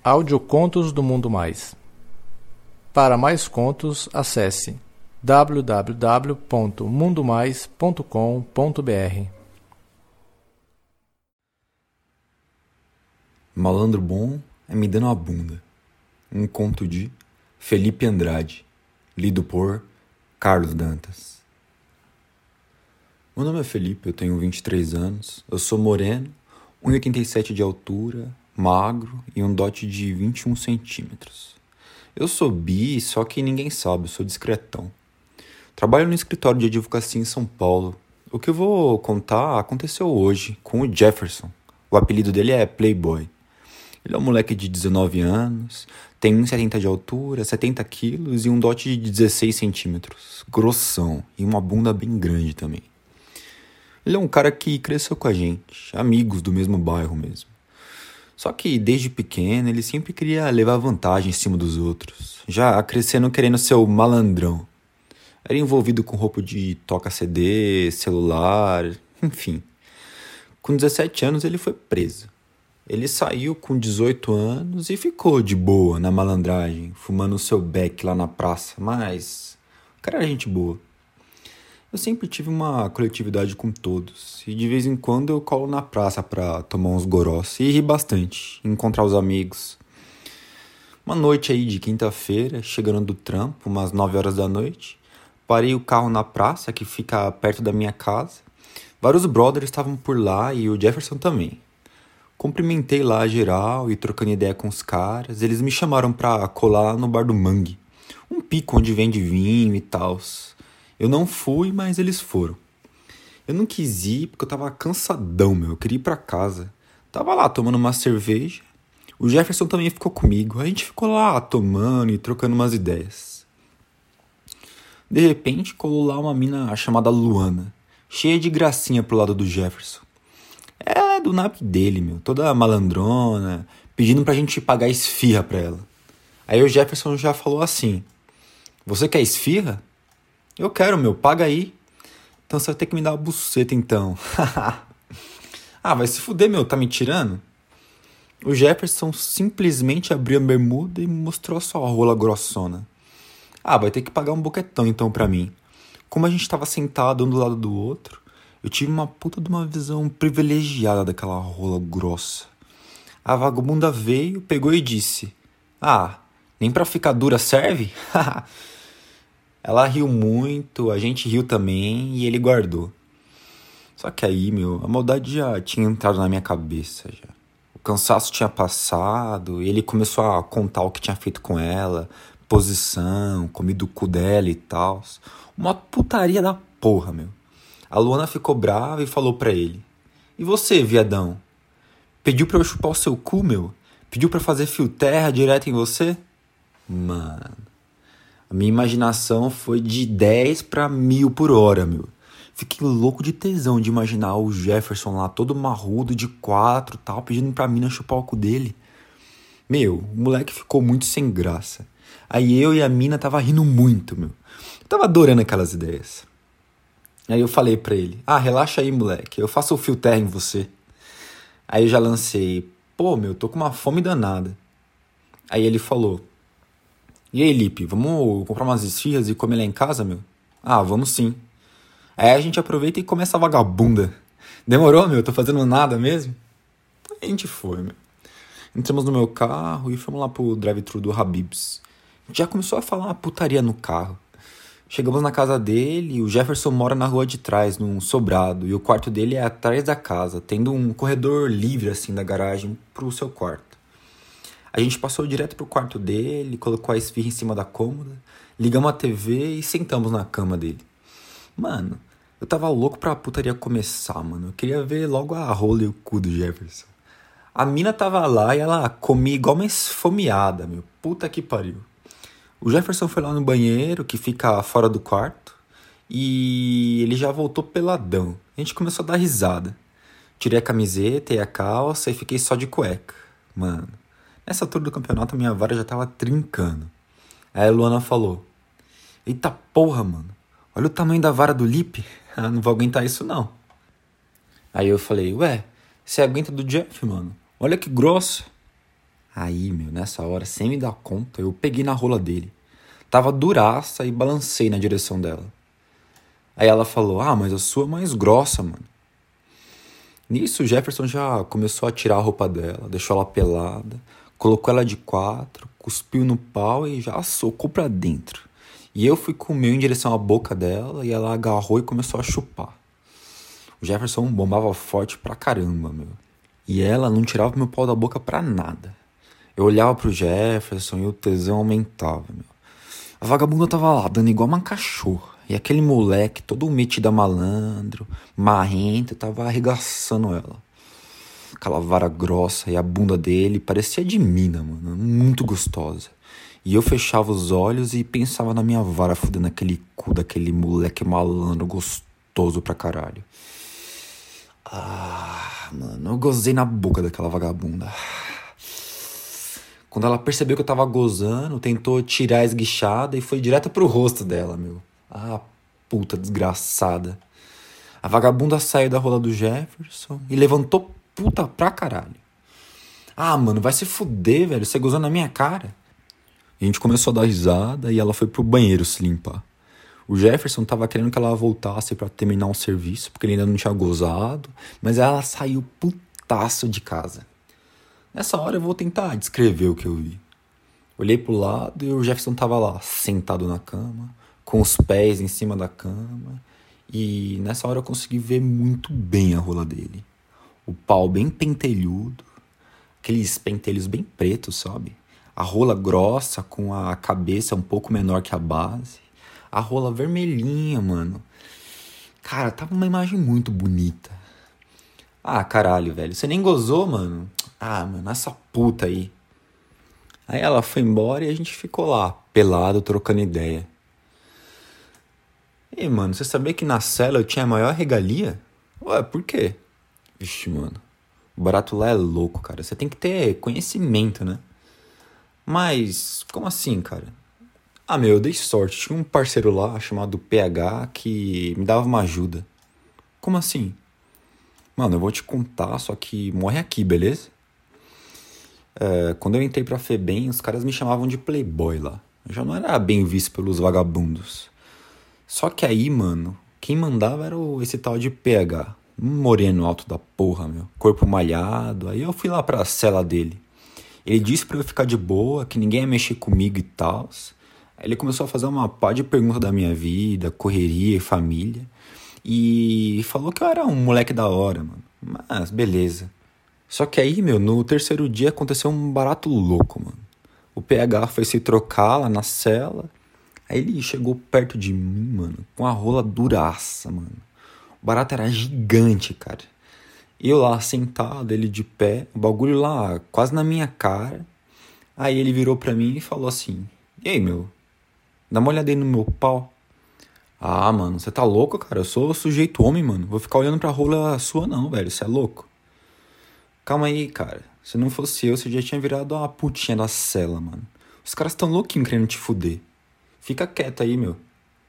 Audiocontos do Mundo Mais. Para mais contos, acesse www.mundomais.com.br. Malandro bom é me dando a bunda. Um conto de Felipe Andrade, lido por Carlos Dantas. Meu nome é Felipe, eu tenho 23 anos, eu sou moreno, 1,87 de altura, magro e um dote de 21 centímetros. Eu sou bi, só que ninguém sabe, eu sou discretão. Trabalho no escritório de advocacia em São Paulo. O que eu vou contar aconteceu hoje com o Jefferson. O apelido dele é Playboy. Ele é um moleque de 19 anos, tem 1,70 de altura, 70 quilos e um dote de 16 centímetros. Grossão e uma bunda bem grande também. Ele é um cara que cresceu com a gente, amigos do mesmo bairro mesmo. Só que desde pequeno ele sempre queria levar vantagem em cima dos outros, já crescendo querendo ser o malandrão. Era envolvido com roubo de toca-CD, celular, enfim. Com 17 anos ele foi preso. Ele saiu com 18 anos e ficou de boa na malandragem, fumando o seu beck lá na praça, mas o cara era gente boa. Eu sempre tive uma coletividade com todos, e de vez em quando eu colo na praça pra tomar uns gorós e rir bastante, encontrar os amigos. Uma noite aí de quinta-feira, chegando do trampo, umas 9 horas da noite, parei o carro na praça, que fica perto da minha casa. Vários brothers estavam por lá e o Jefferson também. Cumprimentei lá geral e trocando ideia com os caras, eles me chamaram pra colar lá no bar do Mangue, um pico onde vende vinho e tals. Eu não fui, mas eles foram. Eu não quis ir porque eu tava cansadão, eu queria ir pra casa. Tava lá tomando uma cerveja. O Jefferson também ficou comigo. A gente ficou lá tomando e trocando umas ideias. De repente, colou lá uma mina chamada Luana, cheia de gracinha pro lado do Jefferson. Ela é do naipe dele, toda malandrona, pedindo pra gente pagar esfirra pra ela. Aí o Jefferson já falou assim: "Você quer esfirra? Eu quero, paga aí. Então você vai ter que me dar uma buceta, então." Ah, vai se fuder, tá me tirando? O Jefferson simplesmente abriu a bermuda e mostrou a sua rola grossona. Ah, vai ter que pagar um boquetão, então, pra mim. Como a gente tava sentado um do lado do outro, eu tive uma puta de uma visão privilegiada daquela rola grossa. A vagabunda veio, pegou e disse: "Ah, nem pra ficar dura serve?" Ela riu muito, a gente riu também e ele guardou. Só que aí, a maldade já tinha entrado na minha cabeça já. O cansaço tinha passado e ele começou a contar o que tinha feito com ela, posição, comido o cu dela e tal. Uma putaria da porra, A Luana ficou brava e falou pra ele: "E você, viadão? Pediu pra eu chupar o seu cu, Pediu pra fazer fio terra direto em você?" Mano, a minha imaginação foi de 10 pra 1000 por hora, Fiquei louco de tesão de imaginar o Jefferson lá, todo marrudo, de 4 tal, pedindo pra mina chupar o cu dele. O moleque ficou muito sem graça. Aí eu e a mina tava rindo muito, Eu tava adorando aquelas ideias. Aí eu falei pra ele: "Ah, relaxa aí, moleque, eu faço o fio terra em você." Aí eu já lancei: "Pô, tô com uma fome danada." Aí ele falou: "E aí, Lipe, vamos comprar umas esfirras e comer lá em casa, "Ah, vamos sim." Aí a gente aproveita e come essa vagabunda. Demorou, tô fazendo nada mesmo? Aí a gente foi, Entramos no meu carro e fomos lá pro drive-thru do Habib's. A gente já começou a falar uma putaria no carro. Chegamos na casa dele, o Jefferson mora na rua de trás, num sobrado, e o quarto dele é atrás da casa, tendo um corredor livre, assim, da garagem pro seu quarto. A gente passou direto pro quarto dele, colocou a esfirra em cima da cômoda, ligamos a TV e sentamos na cama dele. Eu tava louco pra putaria começar, Eu queria ver logo a rola e o cu do Jefferson. A mina tava lá e ela comia igual uma esfomeada, Puta que pariu. O Jefferson foi lá no banheiro, que fica fora do quarto, e ele já voltou peladão. A gente começou a dar risada. Tirei a camiseta e a calça e fiquei só de cueca. Nessa altura do campeonato, a minha vara já tava trincando. Aí a Luana falou: "Eita porra, olha o tamanho da vara do Lipe. Não vou aguentar isso, não." Aí eu falei: "Ué, você aguenta do Jeff, Olha que grossa." Aí, meu, nessa hora, sem me dar conta, eu peguei na rola dele. Tava duraça e balancei na direção dela. Aí ela falou, mas a sua é mais grossa, mano. Nisso, o Jefferson já começou a tirar a roupa dela, deixou ela pelada, colocou ela de quatro, cuspiu no pau e já socou pra dentro. E eu fui com o meu em direção à boca dela e ela agarrou e começou a chupar. O Jefferson bombava forte pra caramba, meu. E ela não tirava meu pau da boca pra nada. Eu olhava pro Jefferson e o tesão aumentava, meu. A vagabunda tava lá, dando igual uma cachorra. E aquele moleque, todo metido a malandro, marrento, tava arregaçando ela. Aquela vara grossa e a bunda dele parecia de mina, mano. Muito gostosa. E eu fechava os olhos e pensava na minha vara fudendo aquele cu daquele moleque malandro gostoso pra caralho. Mano, eu gozei na boca daquela vagabunda. Quando ela percebeu que eu tava gozando, tentou tirar a esguichada e foi direto pro rosto dela, meu. Puta desgraçada. A vagabunda saiu da rola do Jefferson e levantou puta pra caralho. Mano, vai se fuder, velho. Você gozou na minha cara. A gente começou a dar risada e ela foi pro banheiro se limpar. O Jefferson tava querendo que ela voltasse pra terminar um serviço, porque ele ainda não tinha gozado, mas ela saiu putaço de casa. Nessa hora eu vou tentar descrever o que eu vi. Olhei pro lado e o Jefferson tava lá, sentado na cama, com os pés em cima da cama, e nessa hora eu consegui ver muito bem a rola dele. O pau bem pentelhudo, aqueles pentelhos bem pretos, sabe? A rola grossa com a cabeça um pouco menor que a base. A rola vermelhinha, mano. Cara, tava uma imagem muito bonita. Caralho, velho. Você nem gozou, mano? Mano, essa puta aí. Aí ela foi embora e a gente ficou lá, pelado, trocando ideia. E, mano, você sabia que na cela eu tinha a maior regalia? Ué, por quê? Vixe, mano. O barato lá é louco, cara. Você tem que ter conhecimento, né? Mas, como assim, cara? Eu dei sorte. Tinha um parceiro lá chamado PH que me dava uma ajuda. Como assim? Mano, eu vou te contar, só que morre aqui, beleza? Quando eu entrei pra FEBEM, os caras me chamavam de playboy lá. Eu já não era bem visto pelos vagabundos. Só que aí, mano, quem mandava era esse tal de PH. Um moreno alto da porra, meu. Corpo malhado. Aí eu fui lá pra cela dele. Ele disse pra eu ficar de boa, que ninguém ia mexer comigo e tal. Aí ele começou a fazer uma pá de perguntas da minha vida, correria e família. E falou que eu era um moleque da hora, mano. Mas beleza. Só que aí, meu, no terceiro dia aconteceu um barato louco, mano. O PH foi se trocar lá na cela. Aí ele chegou perto de mim, mano, com a rola duraça, mano. O barato era gigante, cara. Eu lá sentado, ele de pé, o bagulho lá quase na minha cara. Aí ele virou pra mim e falou assim: "E aí, meu, dá uma olhada aí no meu pau." Mano, você tá louco, cara? Eu sou sujeito homem, mano. Vou ficar olhando pra rola sua não, velho. Você é louco? Calma aí, cara. Se não fosse eu, você já tinha virado uma putinha da cela, mano. Os caras tão louquinhos querendo te fuder. Fica quieto aí, meu.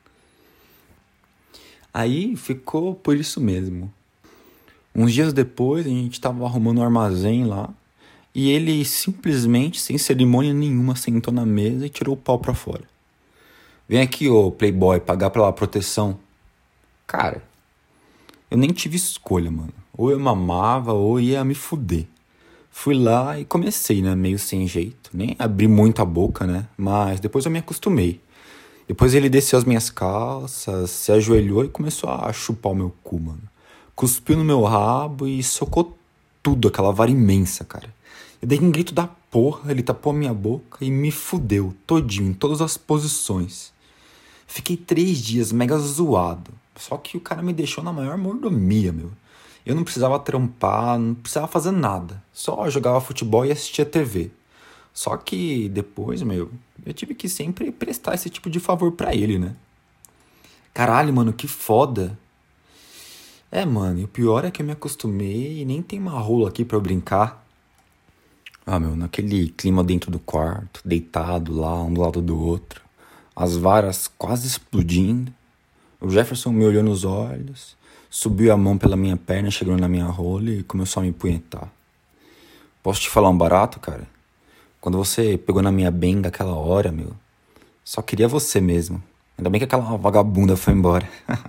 Aí ficou por isso mesmo. Uns dias depois, a gente tava arrumando um armazém lá. E ele simplesmente, sem cerimônia nenhuma, sentou na mesa e tirou o pau pra fora. "Vem aqui, ô playboy, pagar pela proteção." Cara, eu nem tive escolha, mano. Ou eu mamava ou ia me fuder. Fui lá e comecei, né, meio sem jeito. Nem abri muito a boca, né, mas depois eu me acostumei. Depois ele desceu as minhas calças, se ajoelhou e começou a chupar o meu cu, mano. Cuspiu no meu rabo e socou tudo, aquela vara imensa, cara. Eu dei um grito da porra, ele tapou a minha boca e me fudeu todinho, em todas as posições. Fiquei 3 dias mega zoado. Só que o cara me deixou na maior mordomia, meu. Eu não precisava trampar, não precisava fazer nada. Só jogava futebol e assistia TV. Só que depois, meu, eu tive que sempre prestar esse tipo de favor pra ele, né? Caralho, mano, que foda. Mano, e o pior é que eu me acostumei e nem tem uma rola aqui pra eu brincar. Meu, naquele clima dentro do quarto, deitado lá, um do lado do outro. As varas quase explodindo. O Jefferson me olhou nos olhos, subiu a mão pela minha perna, chegou na minha rola e começou a me punhetar. Posso te falar um barato, cara? Quando você pegou na minha benga aquela hora, meu, só queria você mesmo. Ainda bem que aquela vagabunda foi embora.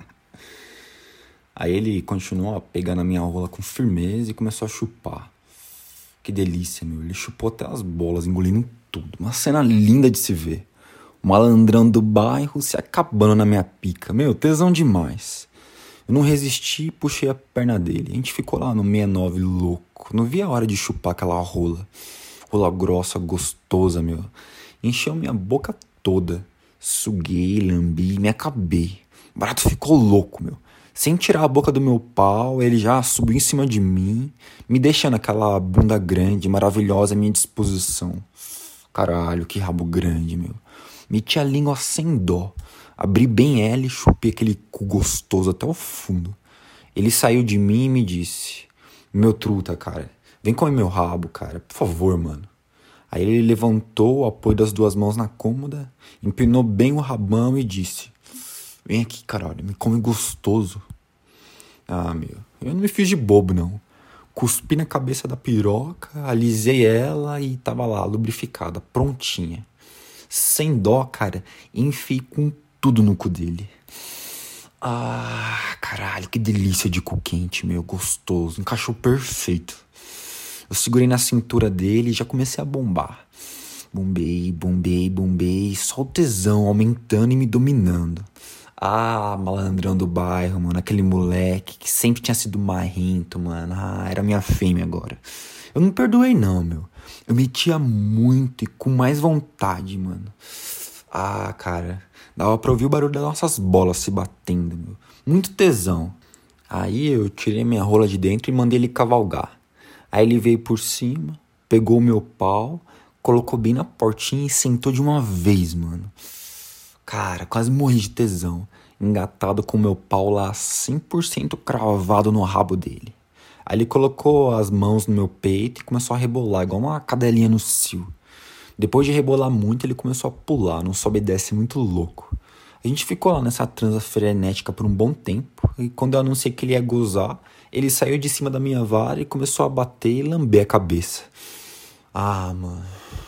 Aí ele continuou a pegar na minha rola com firmeza e começou a chupar. Que delícia, meu. Ele chupou até as bolas, engolindo tudo. Uma cena linda de se ver. O malandrão do bairro se acabando na minha pica. Meu, tesão demais. Eu não resisti e puxei a perna dele. A gente ficou lá no 69 louco. Não via a hora de chupar aquela rola. Rola grossa, gostosa, meu. Encheu minha boca toda. Suguei, lambi, me acabei. O barato ficou louco, meu. Sem tirar a boca do meu pau, ele já subiu em cima de mim, me deixando aquela bunda grande, maravilhosa à minha disposição. Caralho, que rabo grande, meu. Meti a língua sem dó. Abri bem ela e chupei aquele cu gostoso até o fundo. Ele saiu de mim e me disse: meu truta, cara, vem comer meu rabo, cara, por favor, mano. Aí ele levantou o apoio das duas mãos na cômoda, empinou bem o rabão e disse: vem aqui, caralho, me come gostoso. Ah, meu, eu não me fiz de bobo, não. Cuspi na cabeça da piroca, alisei ela e tava lá, lubrificada, prontinha. Sem dó, cara, enfiei com tudo no cu dele. Ah, caralho, que delícia de cu quente, meu, gostoso, encaixou perfeito. Eu segurei na cintura dele e já comecei a bombar. Bombei, só o tesão aumentando e me dominando. Ah, malandrão do bairro, mano, aquele moleque que sempre tinha sido marrento, mano. Ah, era minha fêmea agora. Eu não perdoei não, meu. Eu metia muito e com mais vontade, mano. Ah, cara, dava pra ouvir o barulho das nossas bolas se batendo, meu. Muito tesão. Aí eu tirei minha rola de dentro e mandei ele cavalgar. Aí ele veio por cima, pegou o meu pau, colocou bem na portinha e sentou de uma vez, mano. Cara, quase morri de tesão, engatado com o meu pau lá 100% cravado no rabo dele. Aí ele colocou as mãos no meu peito e começou a rebolar, igual uma cadelinha no cio. Depois de rebolar muito, ele começou a pular, num sobe e desce muito louco. A gente ficou lá nessa transa frenética por um bom tempo, e quando eu anunciei que ele ia gozar, ele saiu de cima da minha vara e começou a bater e lamber a cabeça. Ah, mano.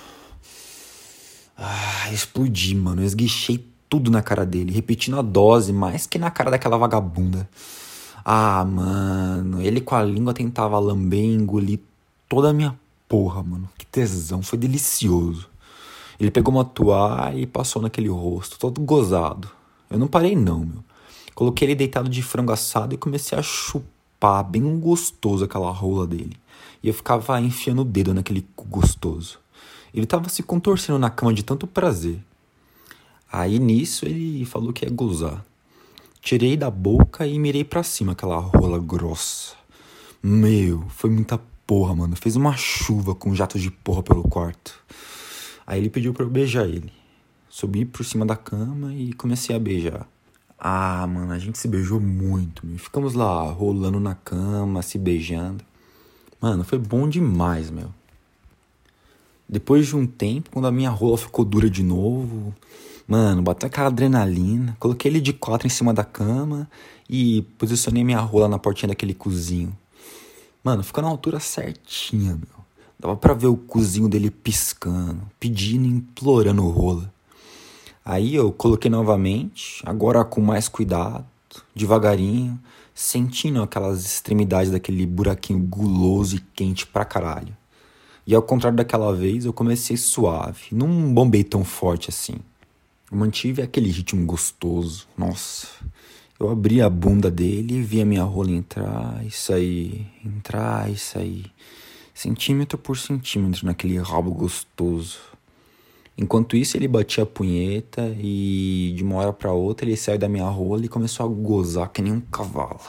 Ah, explodi, mano. Eu esguichei tudo na cara dele, repetindo a dose, mais que na cara daquela vagabunda. Ah, mano. Ele com a língua tentava lamber e engolir toda a minha porra, mano. Que tesão, foi delicioso. Ele pegou uma toalha e passou naquele rosto, todo gozado. Eu não parei não, meu. Coloquei ele deitado de frango assado e comecei a chupar bem gostoso aquela rola dele. E eu ficava enfiando o dedo naquele cu gostoso. Ele tava se contorcendo na cama de tanto prazer. Aí nisso ele falou que ia gozar. Tirei da boca e mirei pra cima aquela rola grossa. Meu, foi muita porra, mano. Fez uma chuva com jatos de porra pelo quarto. Aí ele pediu pra eu beijar ele. Subi por cima da cama e comecei a beijar. Ah, mano, a gente se beijou muito, meu. Ficamos lá rolando na cama, se beijando. Mano, foi bom demais, meu. Depois de um tempo, quando a minha rola ficou dura de novo, mano, bateu aquela adrenalina. Coloquei ele de quatro em cima da cama e posicionei minha rola na portinha daquele cozinho. Mano, ficou na altura certinha, meu. Dava pra ver o cozinho dele piscando, pedindo e implorando rola. Aí eu coloquei novamente, agora com mais cuidado, devagarinho, sentindo aquelas extremidades daquele buraquinho guloso e quente pra caralho. E ao contrário daquela vez, eu comecei suave, não bombei tão forte assim. Eu mantive aquele ritmo gostoso, nossa. Eu abri a bunda dele e vi a minha rola entrar e sair, centímetro por centímetro naquele rabo gostoso. Enquanto isso, ele batia a punheta e de uma hora pra outra ele saiu da minha rola e começou a gozar que nem um cavalo.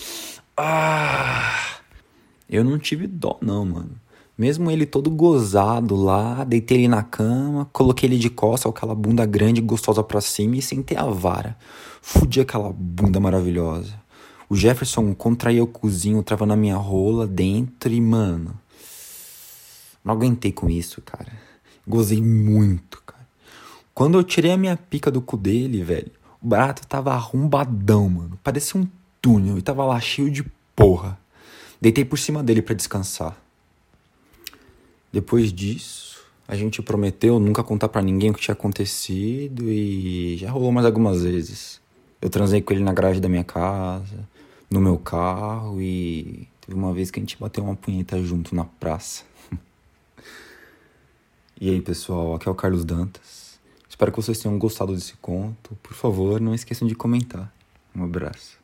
Ah! Eu não tive dó não, mano. Mesmo ele todo gozado lá, deitei ele na cama, coloquei ele de costas com aquela bunda grande e gostosa pra cima e sentei a vara. Fudi aquela bunda maravilhosa. O Jefferson contraía o cozinho, travando a minha rola dentro e, mano, não aguentei com isso, cara. Gozei muito, cara. Quando eu tirei a minha pica do cu dele, velho, o barato tava arrombadão, mano. Parecia um túnel e tava lá cheio de porra. Deitei por cima dele pra descansar. Depois disso, A gente prometeu nunca contar pra ninguém o que tinha acontecido e já rolou mais algumas vezes. Eu transei com ele na garagem da minha casa, no meu carro e teve uma vez que a gente bateu uma punheta junto na praça. E aí, pessoal, aqui é o Carlos Dantas. Espero que vocês tenham gostado desse conto. Por favor, não esqueçam de comentar. Um abraço.